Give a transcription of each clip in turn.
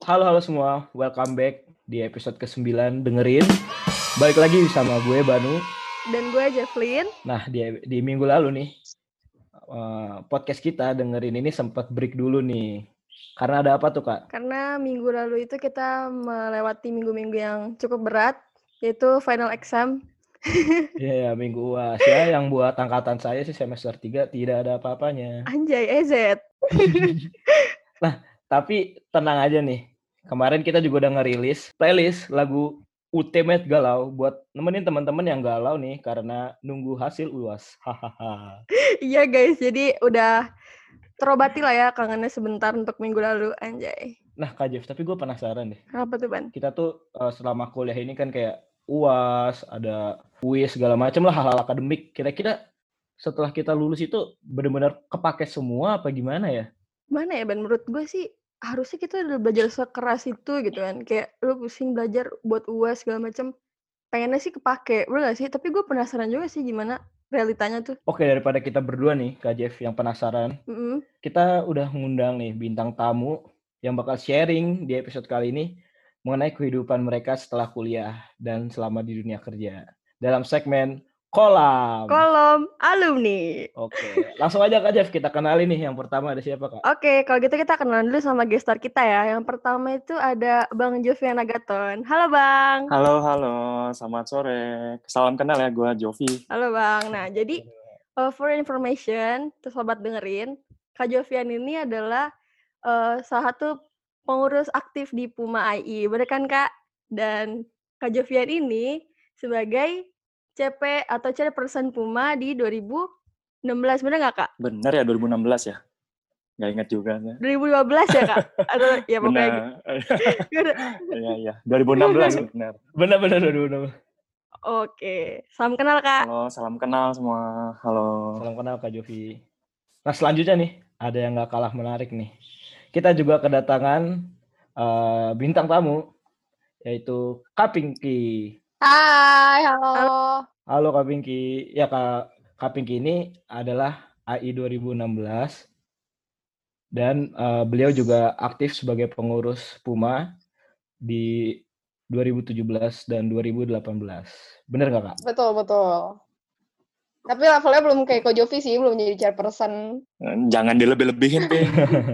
Halo semua, welcome back di episode ke-9 dengerin. Balik lagi sama gue Banu. Dan gue Jefflyn. Nah, di minggu lalu nih podcast kita dengerin ini sempat break dulu nih. Karena ada apa tuh, Kak? Karena minggu lalu itu kita melewati minggu-minggu yang cukup berat, yaitu final exam. Iya, minggu UAS ya, yang buat angkatan saya sih semester 3 tidak ada apa-apanya. Anjay, EZ. Nah, tapi tenang aja nih. Kemarin kita juga udah ngerilis playlist lagu Ultimate Galau buat nemenin teman-teman yang galau nih karena nunggu hasil UAS. Hahaha. Iya guys, jadi udah terobati lah ya kangennya sebentar untuk minggu lalu, anjay. Nah, Kak Jeff, tapi gue penasaran deh. Apa tuh, Ban? Kita tuh selama kuliah ini kan kayak UAS, ada kuis segala macam lah hal-hal akademik. Kira-kira setelah kita lulus itu benar-benar kepake semua apa gimana ya? Mana ya, Ban? Menurut gue sih harusnya kita udah belajar sekeras itu gitu kan. Kayak lu pusing belajar buat UAS segala macam. Pengennya sih kepake, bener gak sih? Tapi gue penasaran juga sih gimana realitanya tuh. Oke, daripada kita berdua nih, Kak Jeff, yang penasaran, kita udah ngundang nih bintang tamu yang bakal sharing di episode kali ini mengenai kehidupan mereka setelah kuliah dan selama di dunia kerja. Dalam segmen Kolom Alumni. Oke, langsung aja Kak Jeff, kita kenalin nih. Yang pertama ada siapa, Kak? Oke, kalau gitu kita kenalan dulu sama gestar kita ya. Yang pertama itu ada Bang Jovian Agaton. Halo Bang. Halo, selamat sore. Salam kenal ya, gue Jovi. Halo Bang. Nah, jadi for information, tuh sobat dengerin, Kak Jovian ini adalah salah satu pengurus aktif di Puma AI. Bener kan Kak? Dan Kak Jovian ini sebagai CP atau Chairperson Puma di 2016, bener nggak Kak? Bener ya, 2016 ya? Nggak ingat juga. 2015 ya Kak? Atau ya pokoknya gitu. Iya, 2016 benar. Benar 2016. Oke, salam kenal Kak. Halo, salam kenal semua. Halo. Salam kenal Kak Jovi. Nah selanjutnya nih, ada yang nggak kalah menarik nih. Kita juga kedatangan bintang tamu, yaitu Kak Pinky. Hai, halo. Halo Kak Pinky. Ya Kak Pinky ini adalah AI 2016 dan beliau juga aktif sebagai pengurus Puma di 2017 dan 2018. Bener nggak Kak? Betul. Tapi levelnya belum kayak Ko Jovi sih, belum jadi chairperson. Jangan dilebih-lebihin, Ping.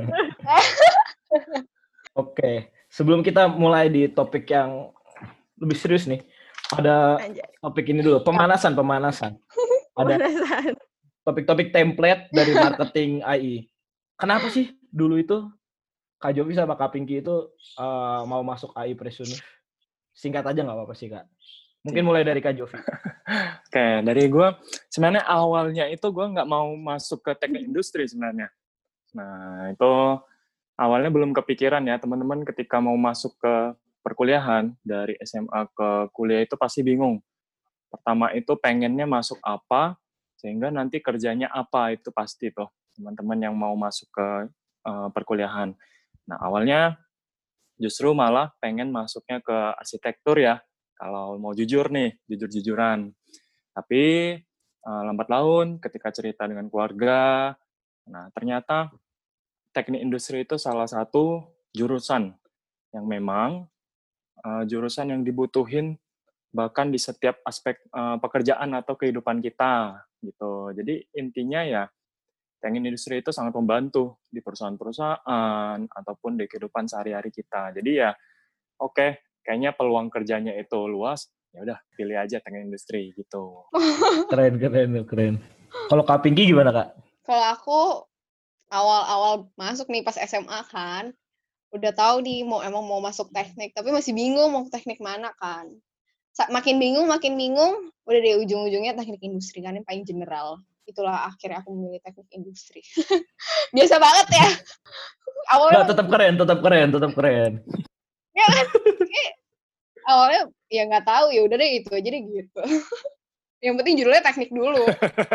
Oke, sebelum kita mulai di topik yang lebih serius nih, ada topik ini dulu, pemanasan. Ada topik-topik template dari marketing AI. Kenapa sih dulu itu Kak Jovi sama Kak Pinky itu mau masuk AI Presunif? Singkat aja nggak apa-apa sih Kak. Mungkin mulai dari Kak Jovi. Oke, dari gue, sebenarnya awalnya itu gue nggak mau masuk ke teknik industri sebenarnya. Nah, itu awalnya belum kepikiran ya, teman-teman ketika mau masuk ke perkuliahan, dari SMA ke kuliah itu pasti bingung. Pertama itu pengennya masuk apa, sehingga nanti kerjanya apa, itu pasti tuh, teman-teman yang mau masuk ke perkuliahan. Nah, awalnya justru malah pengen masuknya ke arsitektur ya, kalau mau jujur nih, jujur-jujuran. Tapi lambat laun ketika cerita dengan keluarga, nah ternyata teknik industri itu salah satu jurusan yang memang jurusan yang dibutuhin bahkan di setiap aspek pekerjaan atau kehidupan kita gitu. Jadi intinya ya teknik industri itu sangat membantu di perusahaan-perusahaan ataupun di kehidupan sehari-hari kita. Jadi ya oke, kayaknya peluang kerjanya itu luas, ya udah pilih aja teknik industri gitu. Keren. Kalau Kak Pinky gimana Kak? Kalau aku awal-awal masuk nih pas SMA kan, udah tahu nih mau masuk teknik, tapi masih bingung mau teknik mana kan. Makin bingung, udah deh ujung-ujungnya teknik industri kan yang paling general. Itulah akhirnya aku memilih teknik industri. Biasa banget ya. Awalnya tetap keren. Ya kan? Awalnya ya nggak tahu, ya udah deh itu aja deh gitu. Yang penting judulnya teknik dulu.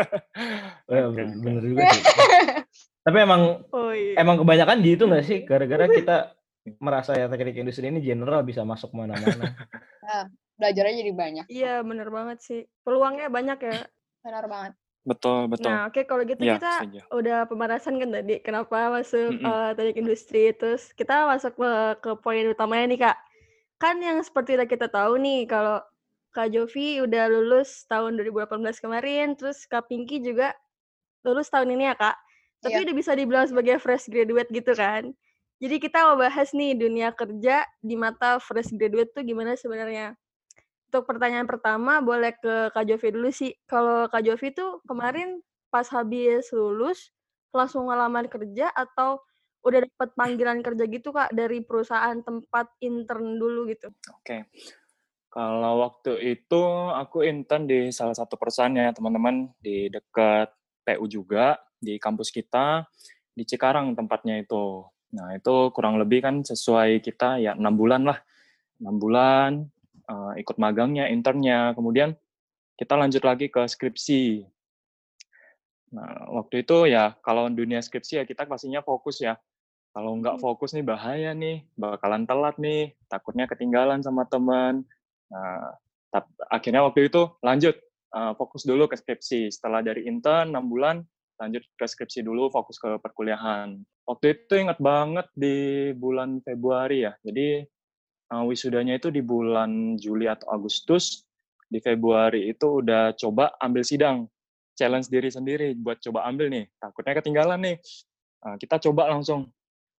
Bener juga sih. Tapi emang kebanyakan gitu nggak sih? Gara-gara kita merasa ya teknik industri ini general bisa masuk mana-mana. Nah, belajarnya jadi banyak. Iya, bener banget sih. Peluangnya banyak ya. Benar banget. Betul. Nah, oke kalau gitu Iya, kita setuju. udah pemanasan kan tadi, kenapa masuk teknik industri, terus kita masuk ke poin utamanya nih Kak. Kan yang seperti kita tahu nih kalau Kak Jovi udah lulus tahun 2018 kemarin, terus Kak Pinky juga lulus tahun ini ya Kak. Tapi Iya. udah bisa dibilang sebagai fresh graduate gitu kan. Jadi kita mau bahas nih dunia kerja di mata fresh graduate tuh gimana sebenarnya. Untuk pertanyaan pertama boleh ke Kak Jovi dulu sih. Kalau Kak Jovi tuh kemarin pas habis lulus langsung ngelamar kerja atau udah dapat panggilan kerja gitu Kak dari perusahaan tempat intern dulu gitu? Oke. Kalau waktu itu aku intern di salah satu perusahaan ya teman-teman, di dekat PU juga, di kampus kita, di Cikarang tempatnya itu. Nah itu kurang lebih kan sesuai kita ya 6 bulan lah. 6 bulan, ikut magangnya, internnya, kemudian kita lanjut lagi ke skripsi. Nah waktu itu ya kalau dunia skripsi ya kita pastinya fokus ya. Kalau nggak fokus nih bahaya nih, bakalan telat nih, takutnya ketinggalan sama teman. Nah, akhirnya waktu itu lanjut, fokus dulu ke skripsi. Setelah dari intern 6 bulan, lanjut ke skripsi dulu, fokus ke perkuliahan. Waktu itu ingat banget di bulan Februari ya, jadi wisudanya itu di bulan Juli atau Agustus. Di Februari itu udah coba ambil sidang, challenge diri sendiri buat coba ambil nih, takutnya ketinggalan nih. Kita coba langsung.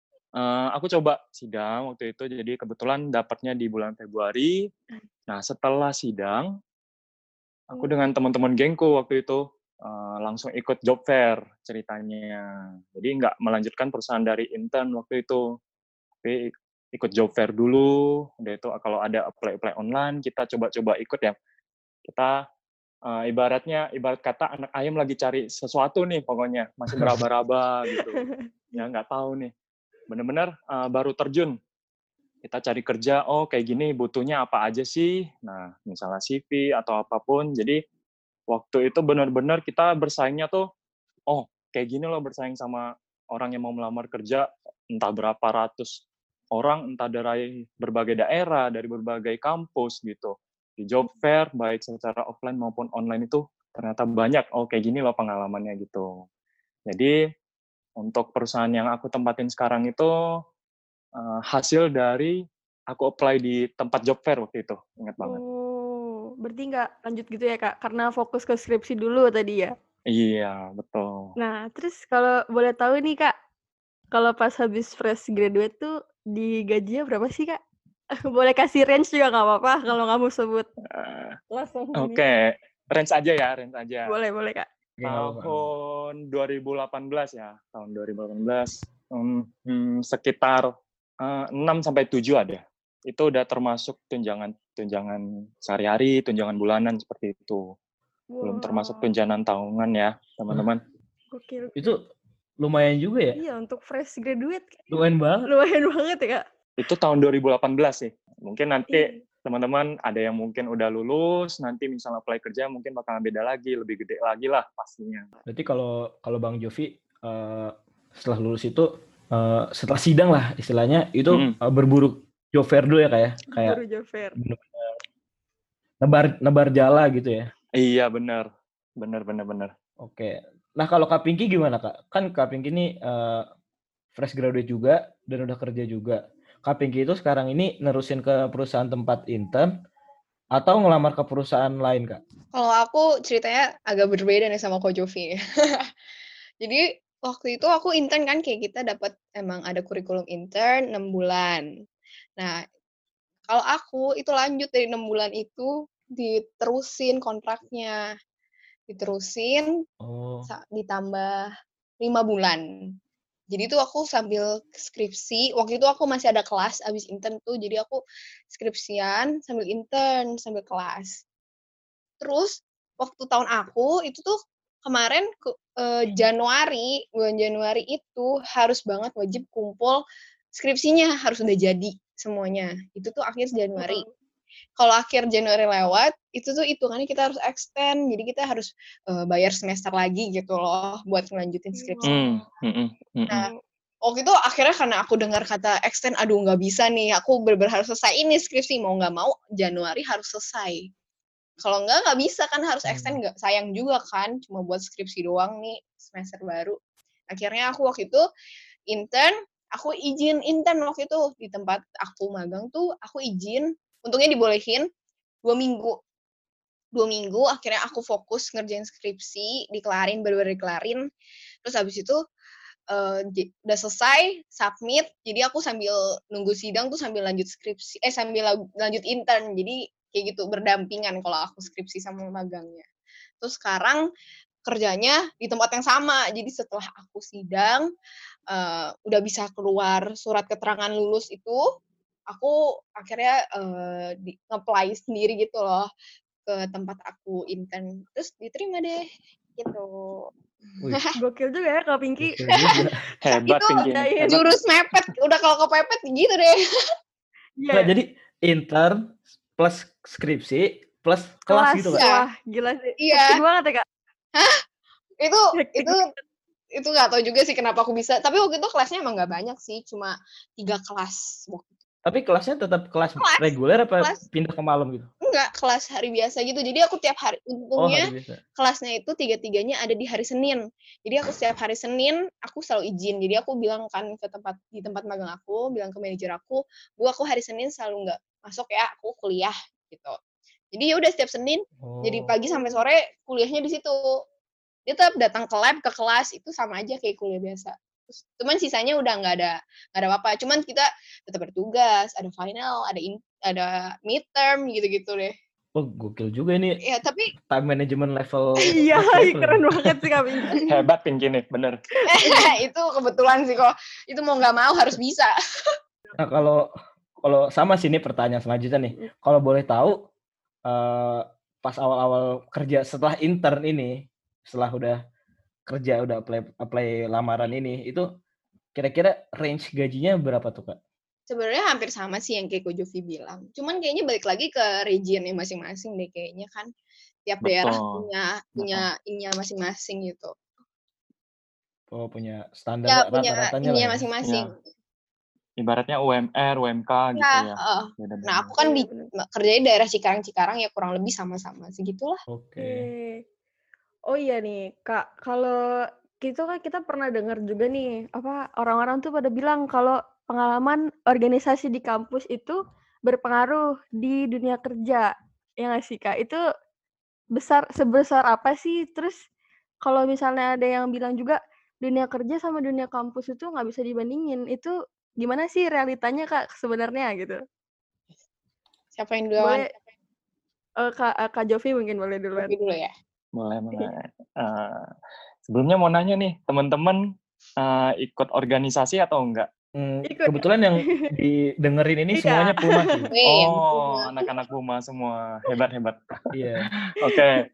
Aku coba sidang waktu itu, jadi kebetulan dapatnya di bulan Februari. Nah, setelah sidang, aku dengan teman-teman gengku waktu itu langsung ikut job fair ceritanya. Jadi nggak melanjutkan perusahaan dari intern waktu itu, tapi ikut job fair dulu. Udah itu kalau ada apply online, kita coba-coba ikut ya. Kita ibarat kata anak ayam lagi cari sesuatu nih pokoknya, masih meraba-raba gitu. Ya nggak tahu nih. Benar-benar baru terjun. Kita cari kerja, oh kayak gini butuhnya apa aja sih? Nah, misalnya CV atau apapun. Jadi waktu itu benar-benar kita bersaingnya tuh, oh kayak gini loh bersaing sama orang yang mau melamar kerja, entah berapa ratus orang, entah dari berbagai daerah, dari berbagai kampus gitu. Di job fair, baik secara offline maupun online itu ternyata banyak, oh kayak gini loh pengalamannya gitu. Jadi untuk perusahaan yang aku tempatin sekarang itu hasil dari aku apply di tempat job fair waktu itu, ingat banget. Oh, berarti nggak lanjut gitu ya Kak, karena fokus ke skripsi dulu tadi ya? Iya, betul. Nah, terus kalau boleh tahu nih Kak, kalau pas habis fresh graduate tuh digajinya berapa sih Kak? Boleh kasih range juga nggak apa-apa kalau nggak mau sebut langsung ini. Oke, range aja. Boleh Kak. Tahun 2018 ya, tahun 2018 sekitar 6-7 ada. Itu udah termasuk tunjangan sehari-hari, tunjangan bulanan seperti itu. Belum termasuk tunjangan tahunan ya, teman-teman. Gokil. Itu lumayan juga ya? Iya, untuk fresh graduate. Lumayan banget. Lumayan banget ya, Kak. Itu tahun 2018 sih. Mungkin nanti teman-teman ada yang mungkin udah lulus, nanti misalnya apply kerja mungkin bakal beda lagi, lebih gede lagi lah pastinya. Berarti kalau Bang Jovi setelah lulus itu setelah sidang lah istilahnya itu berburu job fair dulu ya kayak berburu job fair. Nebar jala gitu ya. Iya benar. Oke. Nah kalau Kak Pinky gimana Kak? Kan Kak Pinky ini fresh graduate juga dan udah kerja juga. Kak Pinky itu sekarang ini nerusin ke perusahaan tempat intern atau ngelamar ke perusahaan lain Kak? Kalau aku ceritanya agak berbeda nih sama Ko Jovi. Jadi waktu itu aku intern kan, kayak kita dapat emang ada kurikulum intern 6 bulan. Nah, kalau aku itu lanjut dari 6 bulan itu diterusin kontraknya. Diterusin ditambah 5 bulan. Jadi tuh aku sambil skripsi, waktu itu aku masih ada kelas abis intern tuh, jadi aku skripsian sambil intern, sambil kelas. Terus waktu tahun aku itu tuh kemarin bulan Januari itu harus banget wajib kumpul skripsinya, harus udah jadi semuanya. Itu tuh akhir Januari. Kalau akhir Januari lewat, itu tuh hitungannya kita harus extend, jadi kita harus bayar semester lagi gitu loh buat ngelanjutin skripsi. Nah, waktu itu akhirnya karena aku dengar kata extend, aduh nggak bisa nih, aku benar-benar harus selesai ini skripsi, mau nggak mau Januari harus selesai. Kalau nggak bisa kan, harus extend, nggak sayang juga kan, cuma buat skripsi doang nih semester baru. Akhirnya aku waktu itu intern, aku izin intern waktu itu di tempat aku magang tuh, aku izin, untungnya dibolehin 2 minggu. 2 minggu akhirnya aku fokus ngerjain skripsi, dikelarin, bener-bener dikelarin. Terus habis itu udah selesai, submit, jadi aku sambil nunggu sidang tuh sambil lanjut skripsi, sambil lanjut intern, jadi kayak gitu, berdampingan kalau aku skripsi sama magangnya. Terus sekarang kerjanya di tempat yang sama, jadi setelah aku sidang, udah bisa keluar surat keterangan lulus itu, aku akhirnya nge-apply sendiri gitu loh, ke tempat aku intern, terus diterima deh, gitu. Wih, Gokil juga ya Kak Pinky. gokil juga. Hebat Itu Pinky. Hebat. jurus mepet, udah kalau kepepet gitu deh. Iya. Nah, jadi intern plus skripsi plus kelas gitu Kak? Iya. Wah, gila sih. Iya. Hektik banget ya Kak? Hektik Itu nggak tahu juga sih kenapa aku bisa. Tapi waktu itu kelasnya emang nggak banyak sih, cuma 3 kelas. Tapi kelasnya tetap kelas reguler apa kelas. pindah ke malam gitu? Enggak, kelas hari biasa gitu. Jadi aku tiap hari, Oh, untungnya hari biasa. kelasnya itu 3-3-nya ada di hari Senin. Jadi aku setiap hari Senin aku selalu izin. Jadi aku bilang kan di tempat magang aku, bilang ke manajer aku, Bu, aku hari Senin selalu nggak masuk ya, aku kuliah gitu. Jadi ya udah setiap Senin, jadi pagi sampai sore kuliahnya di situ. Dia tetap datang ke lab, ke kelas, itu sama aja kayak kuliah biasa. Terus, cuman sisanya udah nggak ada apa-apa. Cuman kita tetap bertugas, ada final, ada midterm gitu-gitu deh. Oh, gokil juga ini. Ya, tapi time management level. Iya, keren banget sih Kak Pinky. Hebat Pinky nih, bener. itu kebetulan sih kok. Itu mau nggak mau harus bisa. Nah, kalau sama sih ini pertanyaan selanjutnya nih. Kalau boleh tahu, pas awal-awal kerja setelah intern ini, setelah udah kerja, udah apply lamaran ini, itu kira-kira range gajinya berapa tuh Kak? Sebenarnya hampir sama sih yang kayak Ko Jovi bilang. Cuman kayaknya balik lagi ke regionnya masing-masing deh kayaknya kan. Tiap daerah punya ininya masing-masing gitu. Oh, punya standar Ya, punya rata-ratanya lah ininya ya. masing-masing. Ibaratnya UMR, UMK gitu ya. Beda-beda. Nah, aku kan kerja di daerah Cikarang ya kurang lebih sama-sama segitulah. Oke. Oh iya nih, Kak, kalau gitu kan kita pernah dengar juga nih, apa orang-orang tuh pada bilang kalau pengalaman organisasi di kampus itu berpengaruh di dunia kerja. Ya nggak sih, Kak? Itu sebesar apa sih? Terus kalau misalnya ada yang bilang juga dunia kerja sama dunia kampus itu nggak bisa dibandingin. Itu gimana sih realitanya, Kak, sebenarnya gitu? Siapa yang duluan? Boleh Kak Jovi mungkin boleh duluan. Jovi dulu ya. Boleh. Sebelumnya mau nanya nih, teman-teman ikut organisasi atau enggak? Kebetulan yang didengerin ini semuanya Puma sih. Oh, anak-anak Puma semua. Hebat. Iya. Oke.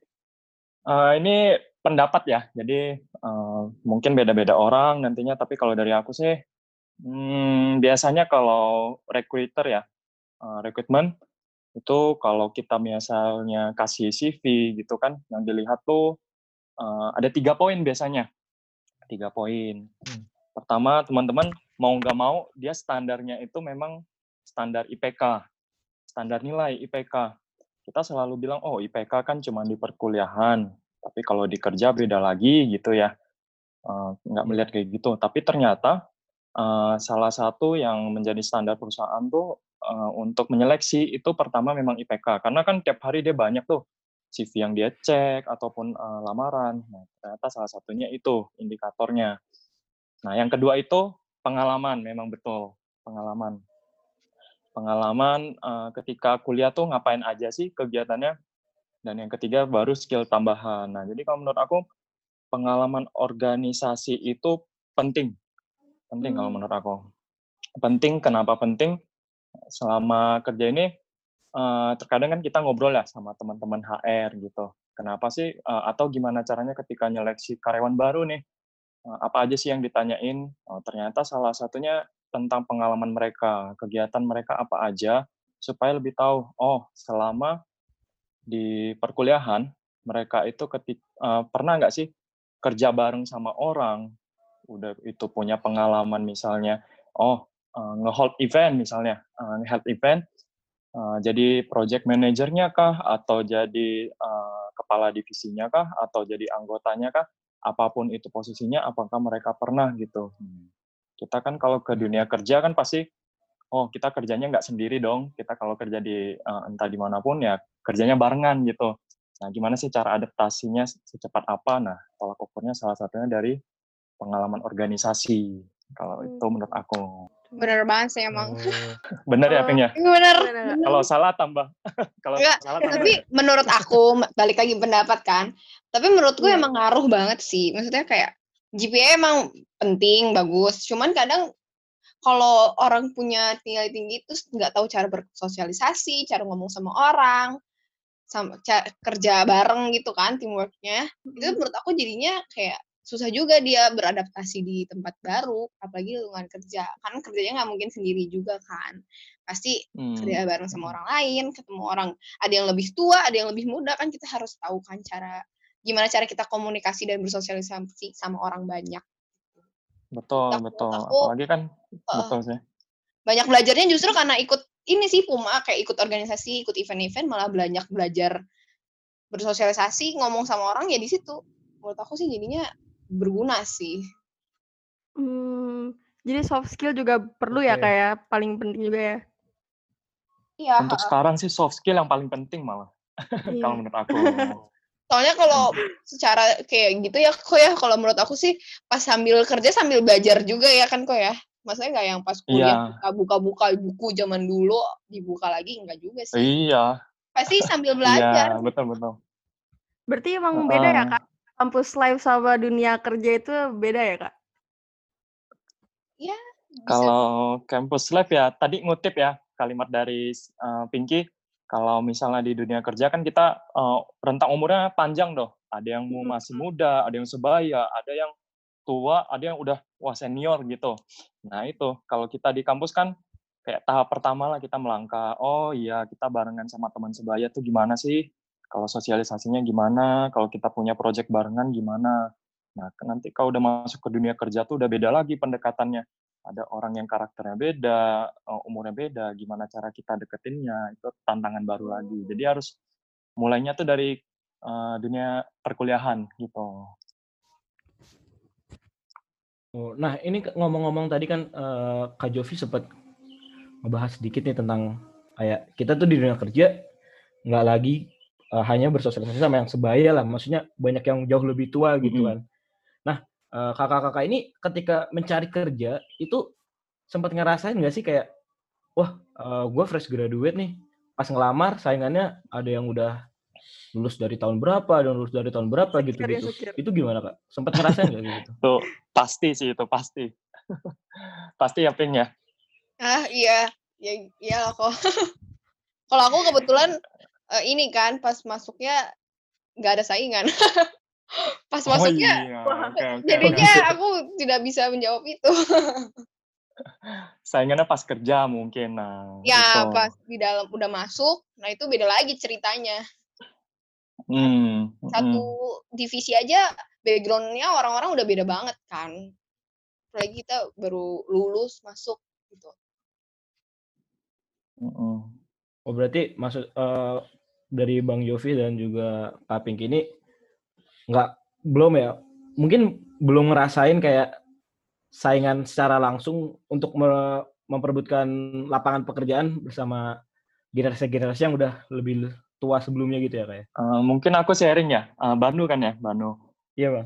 Ini pendapat ya, jadi mungkin beda-beda orang nantinya, tapi kalau dari aku sih, biasanya kalau recruiter ya, recruitment, itu kalau kita misalnya kasih CV gitu kan, yang dilihat tuh ada 3 poin biasanya. 3 poin. Pertama, teman-teman mau nggak mau, dia standarnya itu memang standar IPK, standar nilai IPK. Kita selalu bilang, oh IPK kan cuma di perkuliahan, tapi kalau di kerja beda lagi gitu ya. Nggak melihat kayak gitu. Tapi ternyata salah satu yang menjadi standar perusahaan tuh untuk menyeleksi itu pertama memang IPK. Karena kan tiap hari dia banyak tuh CV yang dia cek ataupun lamaran. Nah, ternyata salah satunya itu indikatornya. Nah, yang kedua itu pengalaman, memang betul pengalaman. Pengalaman ketika kuliah tuh ngapain aja sih kegiatannya. Dan yang ketiga baru skill tambahan. Nah, jadi kalau menurut aku pengalaman organisasi itu penting. Penting kalau menurut aku. Penting, kenapa penting? Selama kerja ini, terkadang kan kita ngobrol ya sama teman-teman HR gitu. Kenapa sih, atau gimana caranya ketika nyeleksi karyawan baru nih, apa aja sih yang ditanyain? Ternyata salah satunya tentang pengalaman mereka, kegiatan mereka apa aja, supaya lebih tahu, oh selama di perkuliahan, mereka itu pernah nggak sih kerja bareng sama orang, udah itu punya pengalaman misalnya, nge-hold event misalnya, nge-hold event, jadi project manajernya kah, atau jadi kepala divisinya kah, atau jadi anggotanya kah, apapun itu posisinya, apakah mereka pernah gitu. Kita kan kalau ke dunia kerja kan pasti, oh kita kerjanya nggak sendiri dong, kita kalau kerja di entah dimanapun ya kerjanya barengan gitu. Nah gimana sih cara adaptasinya secepat apa? Nah tolak ukurnya salah satunya dari pengalaman organisasi, kalau itu menurut aku. Bener banget sih emang. Bener ya, Ping ya? Bener. Kalau salah tambah. Kalau Enggak, salah tambah. tapi menurut aku, balik lagi pendapat kan, tapi menurutku Iya. emang ngaruh banget sih. Maksudnya kayak GPA emang penting, bagus. Cuman kadang kalau orang punya nilai tinggi itu nggak tahu cara bersosialisasi, cara ngomong sama orang, sama kerja bareng gitu kan, teamwork-nya. Itu menurut aku jadinya kayak susah juga dia beradaptasi di tempat baru, apalagi lingkungan kerja. Kan kerjanya nggak mungkin sendiri juga kan. Pasti kerja bareng sama orang lain, ketemu orang, ada yang lebih tua, ada yang lebih muda, kan kita harus tahu kan gimana cara kita komunikasi dan bersosialisasi sama orang banyak. Betul. Apalagi kan, betul sih. Banyak belajarnya justru karena ikut ini sih Puma, kayak ikut organisasi, ikut event-event, malah banyak belajar bersosialisasi, ngomong sama orang ya di situ. Menurut aku sih jadinya berguna sih. Jadi soft skill juga perlu ya kayak paling penting juga ya. Iya. Untuk sekarang sih soft skill yang paling penting malah. Kalau menurut aku. Soalnya kalau secara kayak gitu ya kok ya, kalau menurut aku sih pas sambil kerja sambil belajar juga ya kan kok ya. Maksudnya nggak yang pas kuliah buka-buka buku zaman dulu dibuka lagi, enggak juga sih. Iya. Pasti sambil belajar. Iya, betul. Berarti emang beda ya Kak? Kampus life sama dunia kerja itu beda ya Kak? Ya. Kalau campus life ya, tadi ngutip ya kalimat dari Pinky, kalau misalnya di dunia kerja kan kita rentang umurnya panjang doh. Ada yang masih muda, ada yang sebaya, ada yang tua, ada yang udah senior gitu. Nah itu, kalau kita di kampus kan kayak tahap pertama lah kita melangkah, oh iya kita barengan sama teman sebaya tuh gimana sih? Kalau sosialisasinya gimana? Kalau kita punya project barengan gimana? Nah nanti kalau udah masuk ke dunia kerja tuh udah beda lagi pendekatannya. Ada orang yang karakternya beda, umurnya beda, gimana cara kita deketinnya, itu tantangan baru lagi. Jadi harus mulainya tuh dari dunia perkuliahan gitu. Nah ini ngomong-ngomong tadi kan Kak Jovi sempat ngebahas sedikit nih tentang kayak kita tuh di dunia kerja nggak lagi hanya bersosialisasi sama yang sebaya lah, maksudnya banyak yang jauh lebih tua gitu kan. Nah kakak-kakak ini ketika mencari kerja itu sempat ngerasain nggak sih kayak wah gue fresh graduate nih, pas ngelamar saingannya ada yang udah lulus dari tahun berapa, ada yang lulus dari tahun berapa gitu. Itu gimana Kak? Sempat ngerasain nggak gitu? Tuh pasti sih itu pasti. Pasti ya Ping ya. Iya kok. Kalau aku kebetulan ini kan pas masuknya nggak ada saingan. Pas masuknya, jadinya aku tidak bisa menjawab itu. Saingannya pas kerja mungkin. Nah, ya itu. Pas di dalam udah masuk, nah itu beda lagi ceritanya. Satu divisi aja background-nya orang-orang udah beda banget kan. Apalagi kita baru lulus masuk gitu. Oh berarti maksud dari Bang Jovi dan juga Kak Pink ini belum ya, mungkin belum ngerasain kayak saingan secara langsung untuk memperebutkan lapangan pekerjaan bersama generasi-generasi yang udah lebih tua sebelumnya gitu ya kayak. Mungkin aku sharing ya, Banu kan ya, Banu. Iya Bang.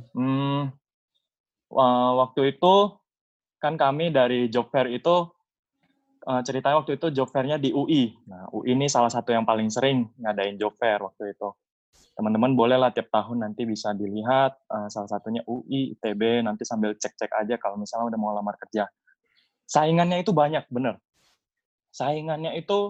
Waktu itu kan kami dari job fair itu ceritanya waktu itu job fair-nya di UI. Nah UI ini salah satu yang paling sering ngadain job fair waktu itu. Teman-teman bolehlah tiap tahun nanti bisa dilihat, salah satunya UI, ITB, nanti sambil cek-cek aja kalau misalnya udah mau lamar kerja. Saingannya itu banyak, bener. Saingannya itu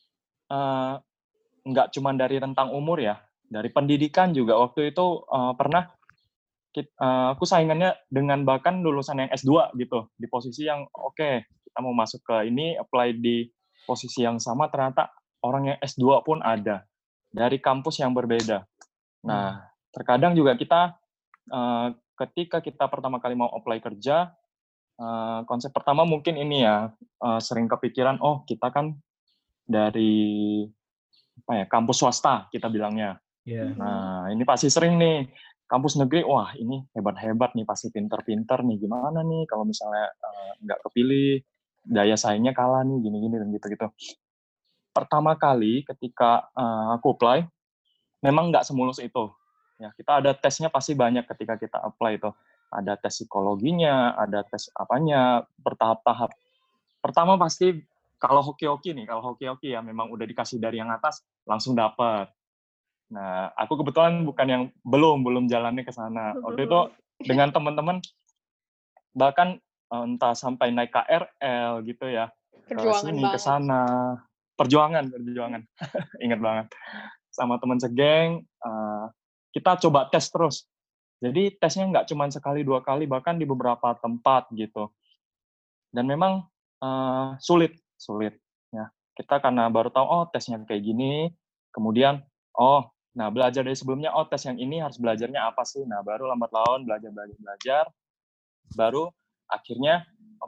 nggak cuma dari rentang umur ya, dari pendidikan juga. Waktu itu pernah aku saingannya dengan bahkan lulusan yang S2 gitu, di posisi yang oke, kita mau masuk ke ini, apply di posisi yang sama, ternyata orang yang S2 pun ada, dari kampus yang berbeda. Nah, terkadang juga kita ketika kita pertama kali mau apply kerja, konsep pertama mungkin ini ya, sering kepikiran, oh kita kan dari kampus swasta kita bilangnya. Iya. Nah, ini pasti sering nih kampus negeri, wah ini hebat-hebat nih, pasti pinter-pinter nih, gimana nih kalau misalnya nggak kepilih, daya saingnya kalah nih, gini-gini dan gitu-gitu. Pertama kali ketika aku apply, memang nggak semulus itu. Ya, kita ada tesnya pasti banyak ketika kita apply itu. Ada tes psikologinya, ada tes apanya, bertahap-tahap. Pertama pasti kalau hoki-hoki ya memang udah dikasih dari yang atas, langsung dapat. Nah, aku kebetulan bukan yang belum jalannya ke sana. Waktu itu dengan teman-teman bahkan entah sampai naik KRL gitu ya, ke sini ke sana. Perjuangan. Ingat banget. Sama teman segeng, kita coba tes terus. Jadi tesnya nggak cuma sekali, 2 kali, bahkan di beberapa tempat gitu. Dan memang sulit. Ya. Kita karena baru tahu, oh tesnya kayak gini, kemudian, nah belajar dari sebelumnya, tes yang ini harus belajarnya apa sih? Nah baru lambat laun belajar, baru akhirnya,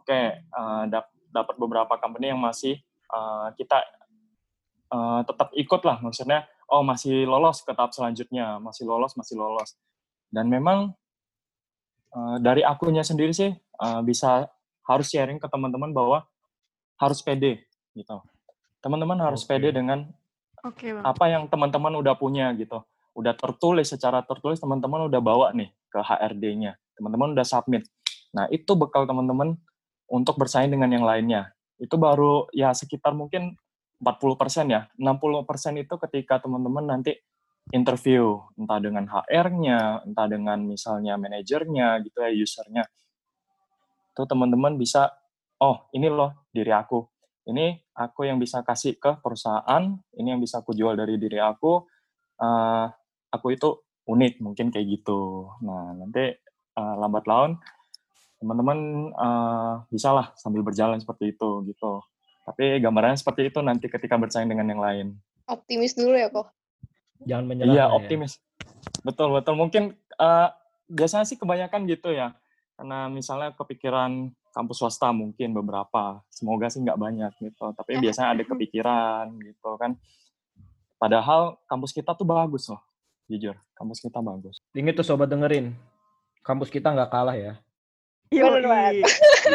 dapat beberapa company yang masih kita tetap ikut lah, maksudnya, masih lolos ke tahap selanjutnya, masih lolos. Dan memang dari akunya sendiri sih harus sharing ke teman-teman bahwa harus pede gitu. Teman-teman harus pede dengan apa yang teman-teman udah punya gitu. Udah secara tertulis teman-teman udah bawa nih ke HRD-nya. Teman-teman udah submit. Nah, itu bekal teman-teman untuk bersaing dengan yang lainnya. Itu baru ya sekitar mungkin 40% ya. 60% itu ketika teman-teman nanti interview, entah dengan HR-nya, entah dengan misalnya manajernya gitu ya, user-nya. Itu teman-teman bisa, ini loh diri aku. Ini aku yang bisa kasih ke perusahaan, ini yang bisa aku jual dari diri aku. Aku itu unik, mungkin kayak gitu. Nah, nanti lambat laun teman-teman bisa lah sambil berjalan seperti itu gitu. Tapi gambarannya seperti itu nanti ketika bersaing dengan yang lain. Optimis dulu ya kok. Jangan menyerah. Iya, optimis. Ya. Betul. Mungkin biasanya sih kebanyakan gitu ya. Karena misalnya kepikiran kampus swasta mungkin beberapa. Semoga sih nggak banyak gitu. Tapi biasanya ada kepikiran gitu kan. Padahal kampus kita tuh bagus loh. Jujur, kampus kita bagus. Ingat tuh sobat dengerin. Kampus kita nggak kalah ya. Iya, bener banget.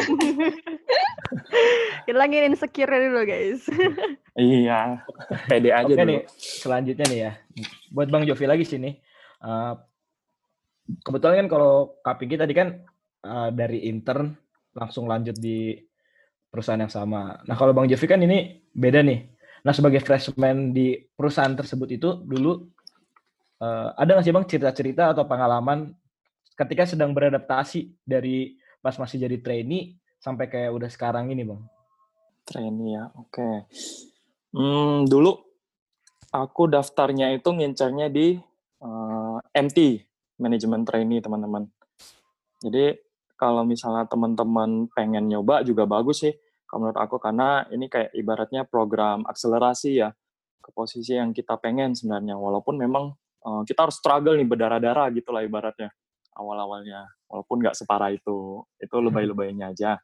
Hilangin insecure dulu guys. Iya, pede aja dulu. Nih, selanjutnya nih ya, buat Bang Jovi lagi sini. Kebetulan kan kalau KPG tadi kan dari intern langsung lanjut di perusahaan yang sama. Nah kalau Bang Jovi kan ini beda nih. Nah sebagai freshman di perusahaan tersebut itu dulu ada nggak sih Bang cerita-cerita atau pengalaman ketika sedang beradaptasi dari pas masih jadi trainee sampai kayak udah sekarang ini Bang? Trainee ya, oke. Dulu aku daftarnya itu ngincarnya di MT, Management Trainee teman-teman. Jadi kalau misalnya teman-teman pengen nyoba juga bagus sih, kalau menurut aku, karena ini kayak ibaratnya program akselerasi ya, ke posisi yang kita pengen sebenarnya. Walaupun memang kita harus struggle nih, berdarah-darah gitu lah ibaratnya, awal-awalnya. Walaupun nggak separah itu lebay-lebaynya aja.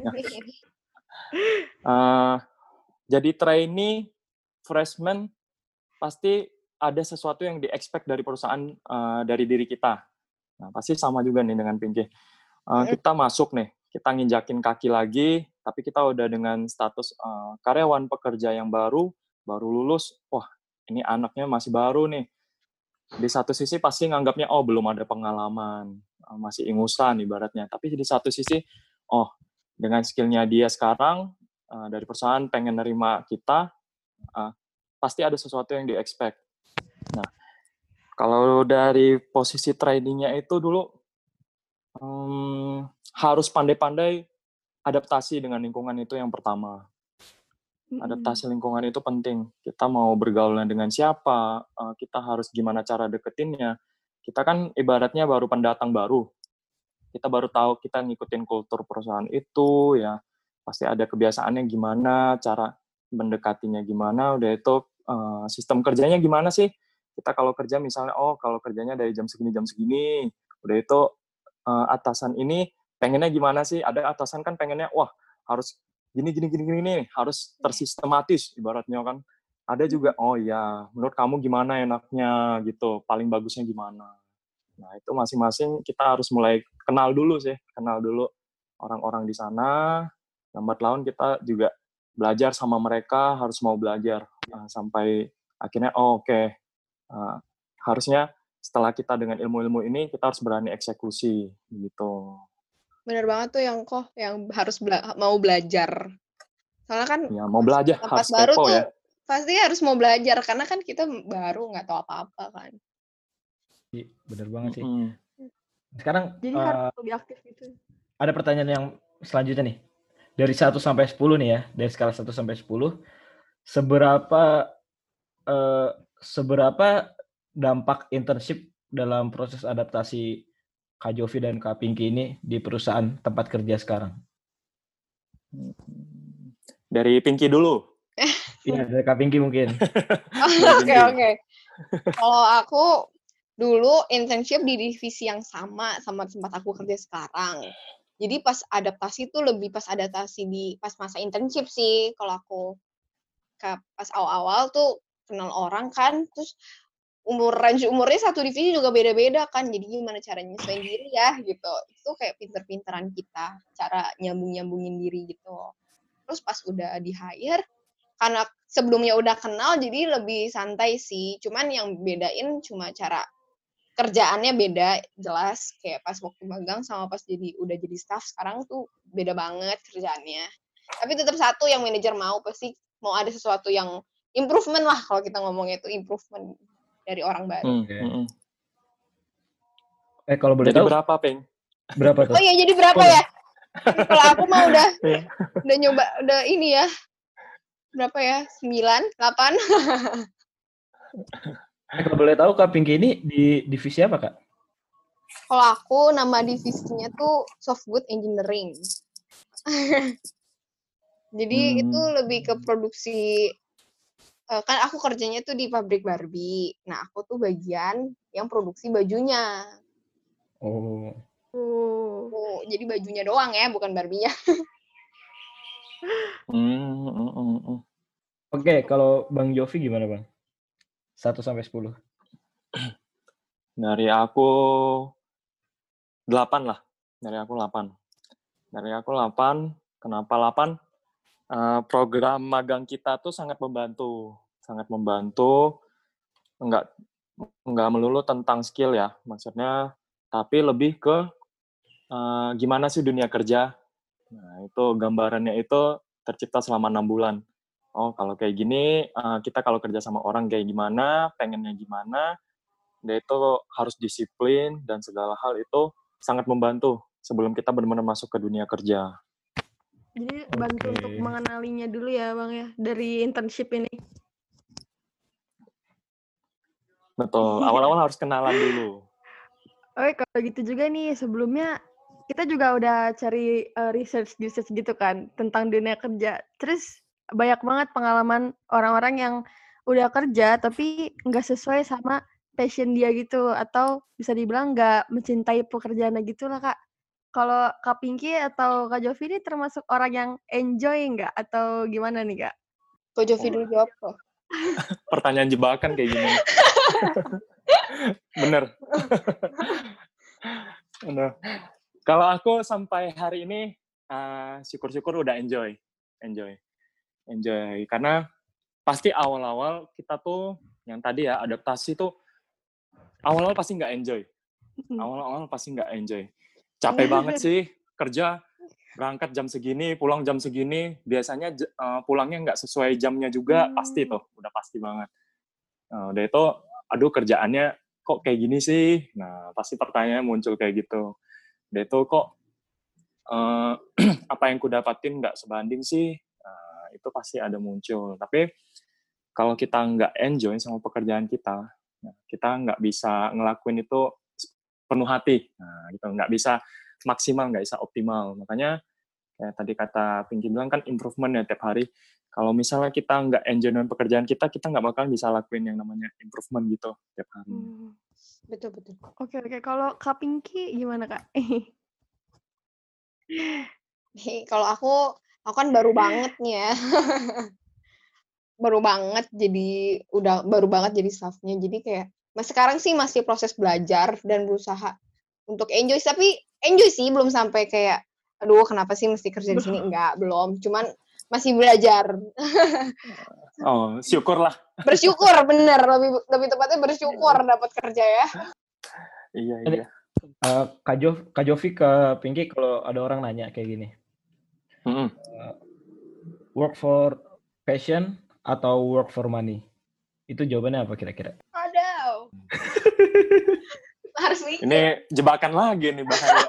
Jadi trainee, freshman, pasti ada sesuatu yang di-expect dari perusahaan, dari diri kita. Nah, pasti sama juga nih dengan Pinky. Kita masuk nih, kita nginjakin kaki lagi, tapi kita udah dengan status karyawan pekerja yang baru lulus. Wah, ini anaknya masih baru nih. Di satu sisi pasti nganggapnya, belum ada pengalaman, masih ingusan ibaratnya. Tapi di satu sisi, dengan skill-nya dia sekarang, dari perusahaan pengen nerima kita, pasti ada sesuatu yang di-expect. Nah, kalau dari posisi trainee-nya itu dulu, harus pandai-pandai adaptasi dengan lingkungan itu yang pertama. Adaptasi lingkungan itu penting. Kita mau bergaulan dengan siapa, kita harus gimana cara deketinnya. Kita kan ibaratnya baru pendatang baru. Kita baru tahu kita ngikutin kultur perusahaan itu, ya pasti ada kebiasaannya gimana, cara mendekatinya gimana, udah itu sistem kerjanya gimana sih. Kita kalau kerja misalnya, kalau kerjanya dari jam segini, udah itu atasan ini pengennya gimana sih, ada atasan kan pengennya, harus gini harus tersistematis ibaratnya kan. Ada juga, oh ya, menurut kamu gimana enaknya gitu, paling bagusnya gimana. Nah, itu masing-masing kita harus mulai kenal dulu orang-orang di sana. Lambat laun kita juga belajar sama mereka, harus mau belajar sampai akhirnya oke. Harusnya setelah kita dengan ilmu-ilmu ini kita harus berani eksekusi gitu. Bener banget tuh yang harus mau belajar. Soalnya kan ya, mau belajar tempat harus baru kepo tuh ya. Pasti harus mau belajar karena kan kita baru nggak tahu apa-apa kan. Iya, bener banget sih. Sekarang jadi harus lebih aktif gitu. Ada pertanyaan yang selanjutnya nih. Dari 1 sampai 10 nih ya, dari skala 1 sampai 10, seberapa dampak internship dalam proses adaptasi Kak Jovi dan Kak Pinky ini di perusahaan tempat kerja sekarang? Dari Pinky dulu. Iya, dari Kak Pinky mungkin. Oke. Kalau aku dulu internship di divisi yang sama tempat aku kerja sekarang. Jadi pas adaptasi tuh lebih pas masa internship sih kalau aku. Pas awal-awal tuh kenal orang kan, terus range umurnya satu divisi juga beda-beda kan, jadi gimana caranya nyesuaiin diri ya gitu. Itu kayak pinter-pinteran kita, cara nyambung-nyambungin diri gitu. Terus pas udah di-hire, karena sebelumnya udah kenal jadi lebih santai sih. Cuman yang bedain cuma cara kerjaannya beda jelas, kayak pas waktu magang sama pas udah jadi staff sekarang tuh beda banget kerjaannya. Tapi tetap satu yang manajer mau pasti mau ada sesuatu yang improvement lah, kalau kita ngomongnya itu improvement dari orang baru. Kalau boleh tahu berapa, Peng? Berapa tuh? Oh iya, jadi berapa ya? Kalau aku mah udah nyoba, udah ini ya. Berapa ya? 9, 8. Kalau boleh tahu Kak Pinky ini di divisi apa, Kak? Kalau aku nama divisinya tuh Softwood Engineering. Jadi itu lebih ke produksi, kan aku kerjanya tuh di pabrik Barbie. Nah, aku tuh bagian yang produksi bajunya. Jadi bajunya doang ya, bukan Barbie-nya. Oke, kalau Bang Jovi gimana, Bang? 1 sampai 10. Dari aku 8 lah. Dari aku 8. Kenapa 8? Program magang kita tuh sangat membantu. Enggak melulu tentang skill ya, maksudnya, tapi lebih ke gimana sih dunia kerja. Nah, itu gambarannya itu tercipta selama 6 bulan. Oh, kalau kayak gini, kita kalau kerja sama orang kayak gimana, pengennya gimana, dia itu harus disiplin, dan segala hal itu sangat membantu sebelum kita benar-benar masuk ke dunia kerja. Jadi bantu untuk mengenalinya dulu ya, Bang ya, dari internship ini. Betul, awal-awal harus kenalan dulu. Oke, kalau gitu juga nih, sebelumnya kita juga udah cari research gitu kan tentang dunia kerja. Terus banyak banget pengalaman orang-orang yang udah kerja tapi nggak sesuai sama passion dia gitu, atau bisa dibilang nggak mencintai pekerjaannya gitu lah, Kak. Kalau Kak Pinky atau Kak Jovi ini termasuk orang yang enjoy nggak? Atau gimana nih, Kak? Kak Jovi dulu jawab kok. Pertanyaan jebakan kayak gini. Bener. Kalau aku sampai hari ini, syukur-syukur udah enjoy. Karena pasti awal-awal kita tuh, yang tadi ya, adaptasi tuh, awal-awal pasti nggak enjoy. Capek banget sih, kerja, berangkat jam segini, pulang jam segini, biasanya pulangnya nggak sesuai jamnya juga, pasti tuh, udah pasti banget. Udah itu, aduh kerjaannya kok kayak gini sih, nah pasti pertanyaannya muncul kayak gitu. Udah itu kok, apa yang ku dapatin nggak sebanding sih, itu pasti ada muncul. Tapi, kalau kita nggak enjoy sama pekerjaan kita nggak bisa ngelakuin itu penuh hati, nah gitu, nggak bisa maksimal, nggak bisa optimal. Makanya kayak tadi kata Pinky bilang kan improvement ya tiap hari. Kalau misalnya kita nggak enjoy dengan pekerjaan kita nggak bakalan bisa lakuin yang namanya improvement gitu tiap hari. Betul. Oke. Kalau Kak Pinky gimana, Kak? Kalau Aku kan baru banget nih ya. baru banget jadi staffnya. Jadi kayak sekarang sih masih proses belajar dan berusaha untuk enjoy. Tapi enjoy sih, belum sampai kayak aduh kenapa sih mesti kerja di sini, enggak, belum. Cuman masih belajar. Oh, syukurlah. Bersyukur, bener, lebih tepatnya bersyukur dapat kerja ya. Iya. Kak Jovi ke Pinky kalau ada orang nanya kayak gini. Work for passion atau work for money? Itu jawabannya apa kira-kira? Aduh. Harus mikir. Ini jebakan lagi nih bahaya.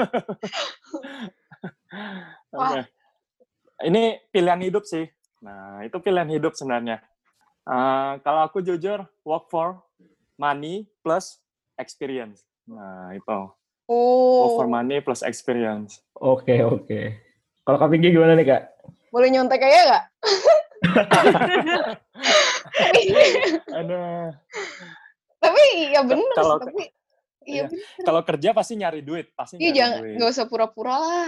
Wah. Ini pilihan hidup sih. Nah, itu pilihan hidup sebenarnya. Kalau aku jujur, work for money plus experience. Nah, itu. Work for money plus experience. Oke. Kalau Kak Pinky gimana nih, Kak? Boleh nyontek aja nggak? Tapi ya benar. Kalau kerja pasti nyari duit. Nggak usah pura-pura lah.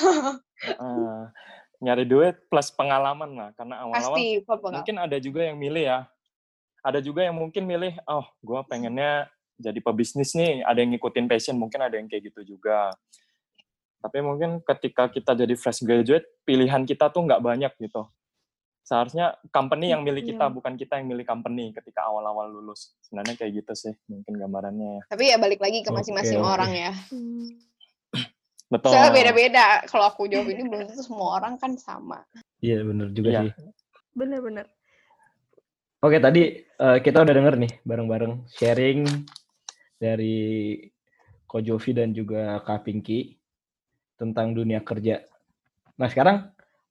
Nyari duit plus pengalaman lah. Karena awal-awal Pasti, mungkin ada juga yang milih ya. Ada juga yang mungkin milih, oh gue pengennya jadi pebisnis nih. Ada yang ngikutin passion, mungkin ada yang kayak gitu juga. Tapi mungkin ketika kita jadi fresh graduate, pilihan kita tuh nggak banyak gitu. Seharusnya company yang milih kita, bukan kita yang milih company ketika awal-awal lulus. Sebenarnya kayak gitu sih, mungkin gambarannya ya. Tapi ya balik lagi ke masing-masing orang ya. Betul. Soalnya beda-beda. Kalau aku jawab ini belum tentu semua orang kan sama. Iya, benar juga sih. Benar. Oke, tadi kita udah denger nih bareng-bareng sharing dari Ko Jovi dan juga Kak Pinky tentang dunia kerja. Nah, sekarang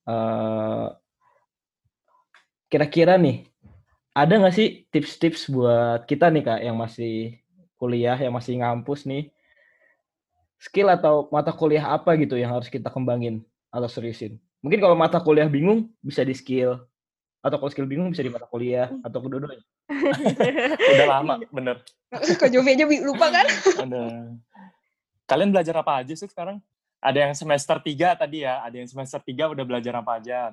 kira-kira nih, ada nggak sih tips-tips buat kita nih, Kak, yang masih kuliah, yang masih ngampus nih, skill atau mata kuliah apa gitu yang harus kita kembangin atau seriusin? Mungkin kalau mata kuliah bingung, bisa di skill. Atau kalau skill bingung, bisa di mata kuliah. Atau kedua-duanya. Udah lama, bener. Kok Jovi aja lupa kan? Kalian belajar apa aja sih sekarang? Ada yang semester 3 tadi ya? Ada yang semester 3 udah belajar apa aja?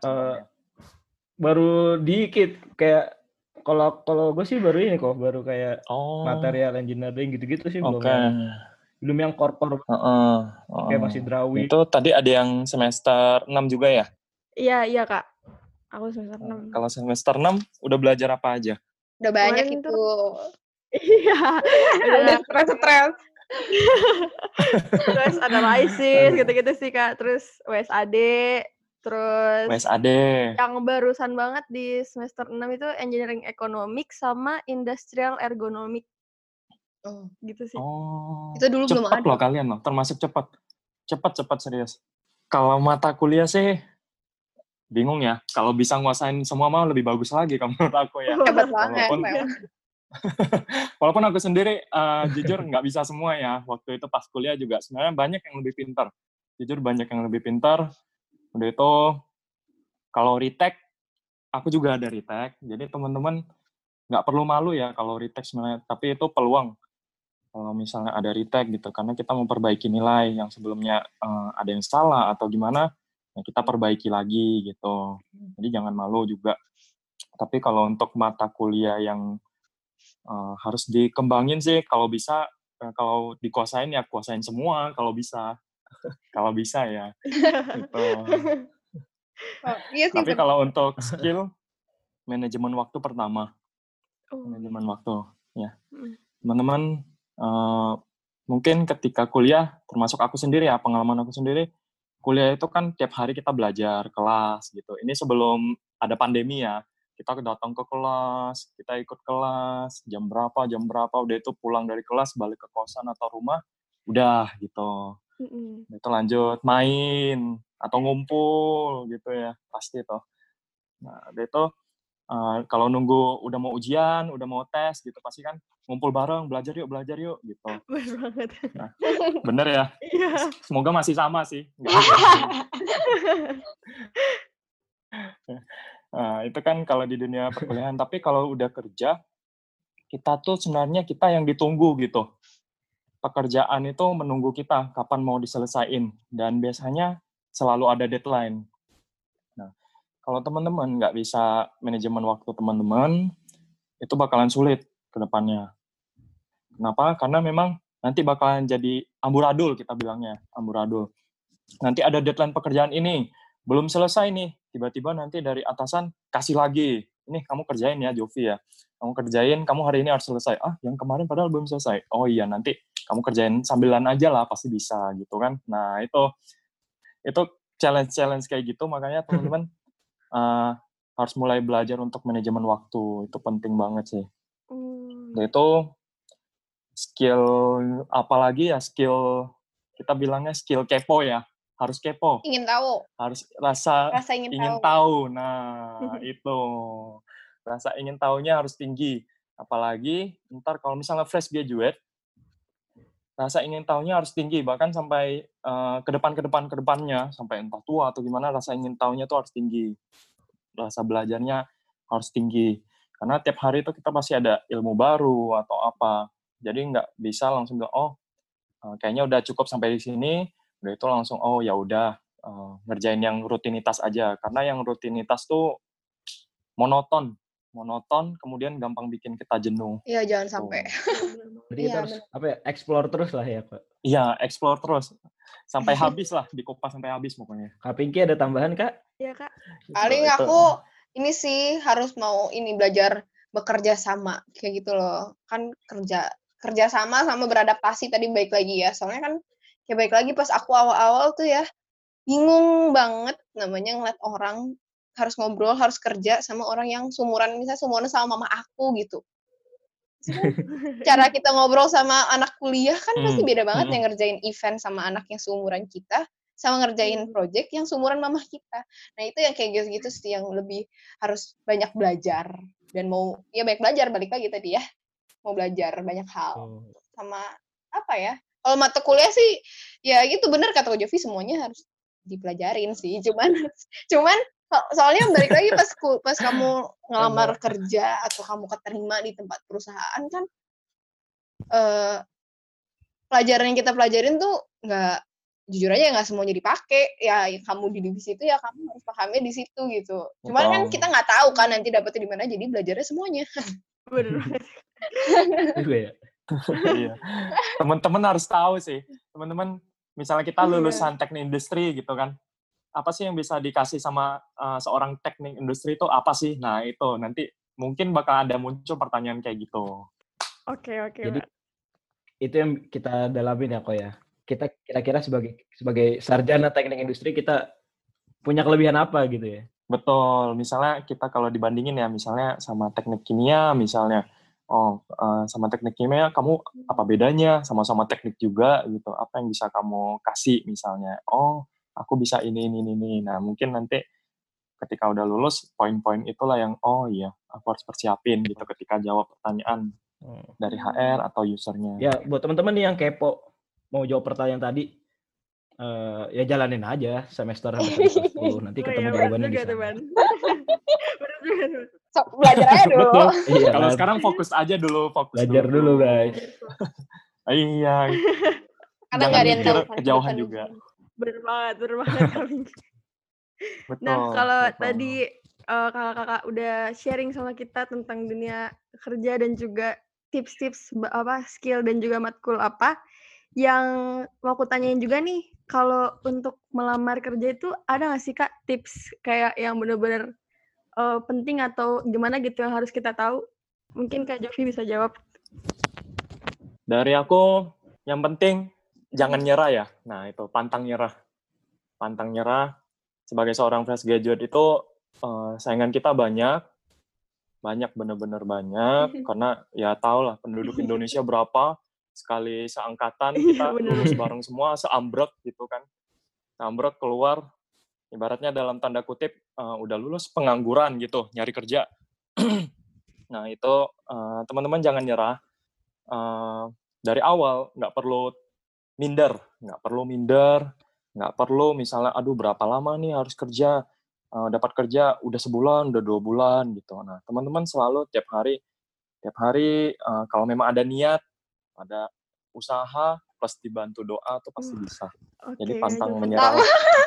Baru dikit. Kayak, kalau gue sih baru ini kok. Baru kayak material engineering gitu-gitu sih. Belum yang core. Kayak masih drawing. Itu tadi ada yang semester 6 juga ya? Iya Kak. Aku semester 6. Kalau semester 6 udah belajar apa aja? Udah banyak itu. Iya. Udah stres. Terus analisis gitu-gitu sih Kak. Terus WSAD. Terus WSAD. Yang barusan banget di semester 6 itu engineering economics sama industrial ergonomic. Gitu sih. Itu dulu belum ada. Cepat loh kalian loh, termasuk cepat. Cepat serius. Kalau mata kuliah sih bingung ya. Kalau bisa nguasain semua mah lebih bagus lagi kalau menurut aku ya. Hebat banget. Walaupun aku sendiri jujur nggak bisa semua ya. Waktu itu pas kuliah juga sebenarnya banyak yang lebih pintar. Jujur banyak yang lebih pintar. Udah itu kalau retake, aku juga ada retake. Jadi teman-teman nggak perlu malu ya kalau retake sebenarnya. Tapi itu peluang. Kalau misalnya ada retake gitu. Karena kita memperbaiki nilai yang sebelumnya ada yang salah atau gimana. Ya kita perbaiki lagi gitu. Jadi jangan malu juga. Tapi kalau untuk mata kuliah yang harus dikembangin sih, kalau bisa, kalau dikuasain ya kuasain semua kalau bisa. Kalau bisa ya. Gitu. Iya sih, tapi kalau untuk skill, manajemen waktu pertama. Manajemen waktu. Ya. Teman-teman, mungkin ketika kuliah, termasuk aku sendiri ya, pengalaman aku sendiri, kuliah itu kan tiap hari kita belajar kelas gitu. Ini sebelum ada pandemi ya, kita datang ke kelas, kita ikut kelas, jam berapa, udah itu pulang dari kelas, balik ke kosan atau rumah, udah gitu. Itu lanjut main atau ngumpul gitu ya, pasti tuh. Nah, itu kalau nunggu udah mau ujian, udah mau tes gitu, pasti kan ngumpul bareng, belajar yuk gitu. Bener banget. Nah, bener ya? Iya. Semoga masih sama sih. Nah, itu kan kalau di dunia perkuliahan. Tapi kalau udah kerja, kita tuh sebenarnya kita yang ditunggu gitu. Pekerjaan itu menunggu kita kapan mau diselesain. Dan biasanya selalu ada deadline. kalau teman-teman nggak bisa manajemen waktu teman-teman, itu bakalan sulit ke depannya. Kenapa? Karena memang nanti bakalan jadi amburadul, kita bilangnya, amburadul. Nanti ada deadline pekerjaan ini, belum selesai nih, tiba-tiba nanti dari atasan kasih lagi, ini kamu kerjain ya Jovi ya, kamu kerjain, kamu hari ini harus selesai. Yang kemarin padahal belum selesai. Oh iya, nanti kamu kerjain sambilan aja lah, pasti bisa gitu kan. Nah itu challenge kayak gitu, makanya teman-teman harus mulai belajar untuk manajemen waktu, itu penting banget sih. Dan itu skill, apalagi ya skill, kita bilangnya skill kepo ya, harus kepo. Ingin tahu. Harus rasa ingin tahu. Nah, itu. Rasa ingin tahunya harus tinggi. Apalagi ntar kalau misalnya fresh graduate, rasa ingin tahunya harus tinggi. Bahkan sampai ke depannya, sampai entah tua atau gimana, rasa ingin tahunya tuh harus tinggi. Rasa belajarnya harus tinggi. Karena tiap hari itu kita pasti ada ilmu baru atau apa. Jadi nggak bisa langsung bilang, kayaknya udah cukup sampai di sini, udah itu langsung, ya udah, ngerjain yang rutinitas aja. Karena yang rutinitas tuh monoton, kemudian gampang bikin kita jenuh. Iya, jangan sampai. Jadi kita harus explore terus lah ya, Pak. Iya, explore terus. Sampai habis lah, dikupas sampai habis pokoknya. Kak Pinky ada tambahan, Kak? Iya, Kak. Paling aku ini sih harus mau ini belajar bekerja sama kayak gitu loh. Kan kerja sama beradaptasi tadi baik lagi ya. Soalnya kan kayak baik lagi pas aku awal-awal tuh ya bingung banget namanya ngeliat orang harus ngobrol, harus kerja sama orang yang misalnya seumuran sama mama aku gitu. Cara kita ngobrol sama anak kuliah kan pasti beda banget yang ngerjain event sama anak yang seumuran kita, sama ngerjain project yang seumuran mama kita. Nah itu yang kayak gitu-gitu sih yang lebih harus banyak belajar. Dan mau, ya banyak belajar, balik lagi tadi ya. Mau belajar banyak hal. Sama, apa ya, kalau mata kuliah sih, ya gitu bener kata Jovi, semuanya harus dipelajarin sih. Cuman soalnya balik lagi pas kamu ngelamar kerja atau kamu keterima di tempat perusahaan kan pelajaran yang kita pelajarin tuh jujur aja nggak semuanya dipakai. Ya kamu di divisi itu ya kamu harus pahamnya di situ gitu. Cuman kan kita nggak tahu kan nanti dapetnya di mana, jadi belajarnya semuanya. Bener. Iya. Teman-teman harus tahu sih. Teman-teman misalnya kita lulusan teknik industri gitu kan. Apa sih yang bisa dikasih sama seorang teknik industri itu apa sih? Nah, itu nanti mungkin bakal ada muncul pertanyaan kayak gitu. Oke. Jadi itu yang kita dalamin ya, Ko ya. Kita kira-kira sebagai sarjana teknik industri kita punya kelebihan apa gitu ya. Betul. Misalnya kita kalau dibandingin ya misalnya sama teknik kimia misalnya. Sama teknik kimia kamu apa bedanya? Sama-sama teknik juga gitu. Apa yang bisa kamu kasih misalnya? Aku bisa ini. Nah, mungkin nanti ketika udah lulus, poin-poin itulah yang, iya, aku harus persiapin gitu ketika jawab pertanyaan dari HR atau usernya. Ya, buat teman-teman nih yang kepo, mau jawab pertanyaan tadi, ya jalanin aja semester sampai semester 10. Nanti ketemu jawabannya di sana. Belajar aja dulu. Iya, kalau sekarang fokus aja dulu. Belajar dulu, guys. Iya. Karena jangan mikir kejauhan juga. Bener banget. Betul, nah, kalau tadi kakak-kakak udah sharing sama kita tentang dunia kerja dan juga tips-tips skill dan juga matkul apa, yang mau aku tanyain juga nih, kalau untuk melamar kerja itu ada nggak sih Kak tips kayak yang benar-benar penting atau gimana gitu yang harus kita tahu? Mungkin Kak Jovi bisa jawab. Dari aku, yang penting jangan nyerah ya. Nah itu, pantang nyerah. Sebagai seorang fresh graduate itu saingan kita banyak, bener-bener banyak, karena ya tau lah penduduk Indonesia berapa, sekali seangkatan kita lulus bareng semua, seambrek gitu kan. Seambrek keluar, ibaratnya dalam tanda kutip, udah lulus pengangguran gitu, nyari kerja. Nah itu teman-teman jangan nyerah. Dari awal nggak perlu minder, nggak perlu misalnya berapa lama nih harus kerja, dapat kerja udah sebulan, udah 2 bulan gitu. Nah teman-teman selalu tiap hari kalau memang ada niat, ada usaha plus dibantu doa tuh pasti bisa. Jadi pantang menyerah. Gitu.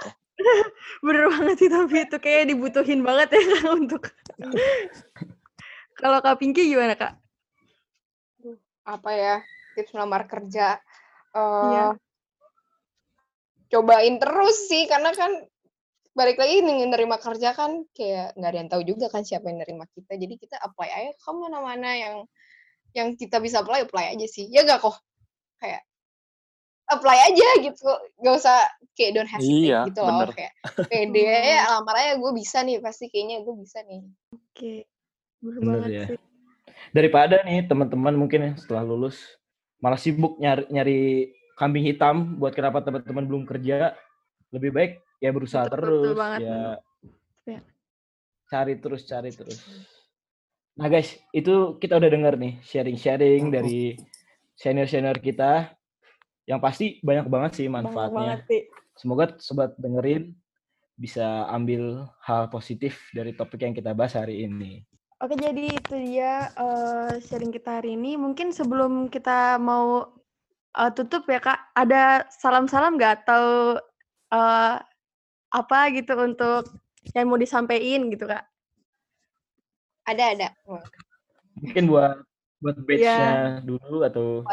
Bener banget sih, tapi itu kayak dibutuhin banget ya Kak untuk. Kalau Kak Pinky gimana Kak? Apa ya tips melamar kerja? Iya. Cobain terus sih, karena kan balik lagi nih nerima kerja kan kayak nggak ada yang tahu juga kan siapa yang nerima kita. Jadi kita apply aja ke mana-mana yang kita bisa apply aja sih. Ya nggak kok? Kayak apply aja gitu, nggak usah kayak don't hesitate gitu loh, kayak pede aja, lamar aja, gue bisa nih, pasti kayaknya gue bisa nih. Oke, bener Bener banget ya. sih. Daripada nih teman-teman mungkin setelah lulus malah sibuk nyari kambing hitam buat kenapa teman-teman belum kerja, lebih baik ya berusaha terus, ya cari terus. Nah guys, itu kita udah denger nih sharing-sharing dari senior-senior kita, yang pasti banyak banget sih manfaatnya. Semoga sobat dengerin bisa ambil hal positif dari topik yang kita bahas hari ini. Oke, jadi itu dia sharing kita hari ini. Mungkin sebelum kita mau tutup ya Kak, ada salam-salam nggak atau apa gitu untuk yang mau disampaikan gitu Kak? Ada. Mungkin buat batch-nya dulu atau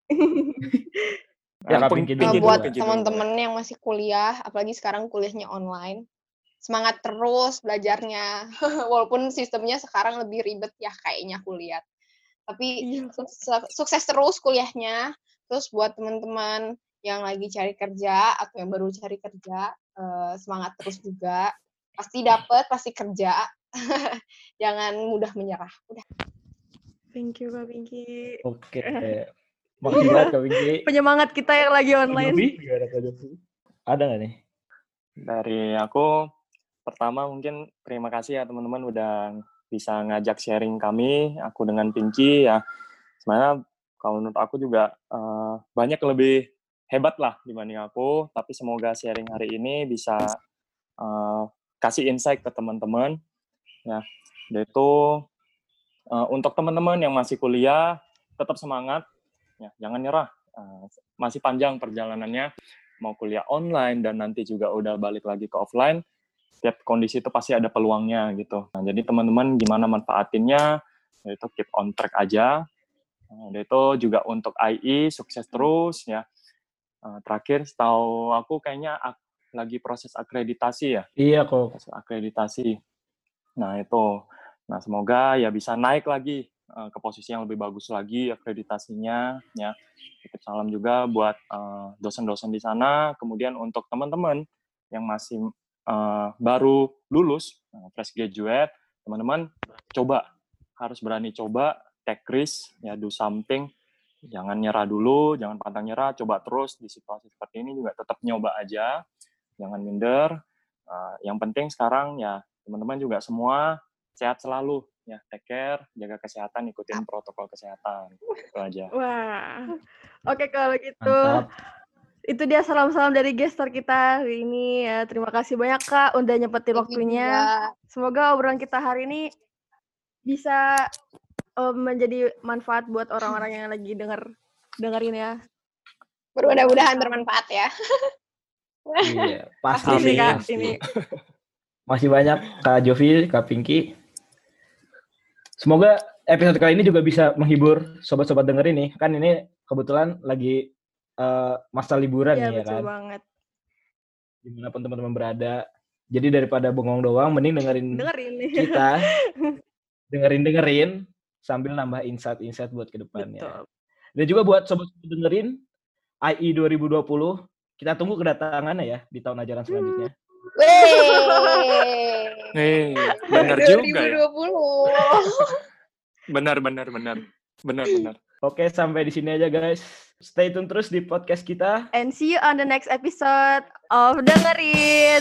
ya, buat teman-teman yang masih kuliah, apalagi sekarang kuliahnya online, semangat terus belajarnya. Walaupun sistemnya sekarang lebih ribet ya kayaknya kuliah, tapi sukses terus kuliahnya. Terus buat teman-teman yang lagi cari kerja atau yang baru cari kerja, semangat terus juga, pasti dapet, pasti kerja. Jangan mudah menyerah. Udah. Thank you Kak Pinky. Oke. Makasih banget Kak Pinky. Penyemangat kita yang lagi online. Ada nggak nih? Dari aku, pertama mungkin terima kasih ya teman-teman udah bisa ngajak sharing kami, aku dengan Pinky ya. Sebenarnya kalau menurut aku juga banyak lebih hebat lah dibanding aku, tapi semoga sharing hari ini bisa kasih insight ke teman-teman. Ya, yaitu untuk teman-teman yang masih kuliah, tetap semangat, ya, jangan nyerah. Masih panjang perjalanannya, mau kuliah online dan nanti juga udah balik lagi ke offline. Tiap kondisi itu pasti ada peluangnya gitu. Nah, jadi teman-teman gimana manfaatinnya, yaitu keep on track aja. Itu juga untuk IE sukses terus ya. Terakhir setahu aku kayaknya lagi proses akreditasi ya. Iya kok. Proses akreditasi. Nah itu. Nah semoga ya bisa naik lagi ke posisi yang lebih bagus lagi akreditasinya ya. Titip salam juga buat dosen-dosen di sana. Kemudian untuk teman-teman yang masih baru lulus fresh graduate, teman-teman harus berani coba, take risk ya, do something. Jangan nyerah dulu, jangan pantang nyerah, coba terus di situasi seperti ini juga tetap nyoba aja, jangan minder. Yang penting sekarang ya teman-teman juga semua sehat selalu ya, take care, jaga kesehatan, ikutin protokol kesehatan, itu aja. Wah, oke kalau gitu. Itu dia salam-salam dari gestar kita hari ini ya. Terima kasih banyak Kak udah nyempetin waktunya. Semoga obrolan kita hari ini bisa menjadi manfaat buat orang-orang yang lagi dengerin ya. Mudah-mudahan bermanfaat ya. Iya, pasti sih Kak ini. Masih banyak Kak Jovi, Kak Pinky. Semoga episode kali ini juga bisa menghibur sobat-sobat dengerin nih. Kan ini kebetulan lagi masa liburan nih ya kan. Iya, betul banget. Dimanapun teman-teman berada. Jadi daripada bengong doang, mending dengerin kita. Dengerin sambil nambah insight buat kedepannya. Betul. Dan juga buat sobat-sobat dengerin IE 2020, kita tunggu kedatangannya ya di tahun ajaran selanjutnya. Benar juga 2020. Ya. Benar. Oke, sampai di sini aja guys. Stay tune terus di podcast kita. And see you on the next episode of Dengerin.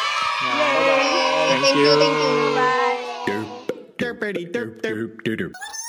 Thank you. Bye.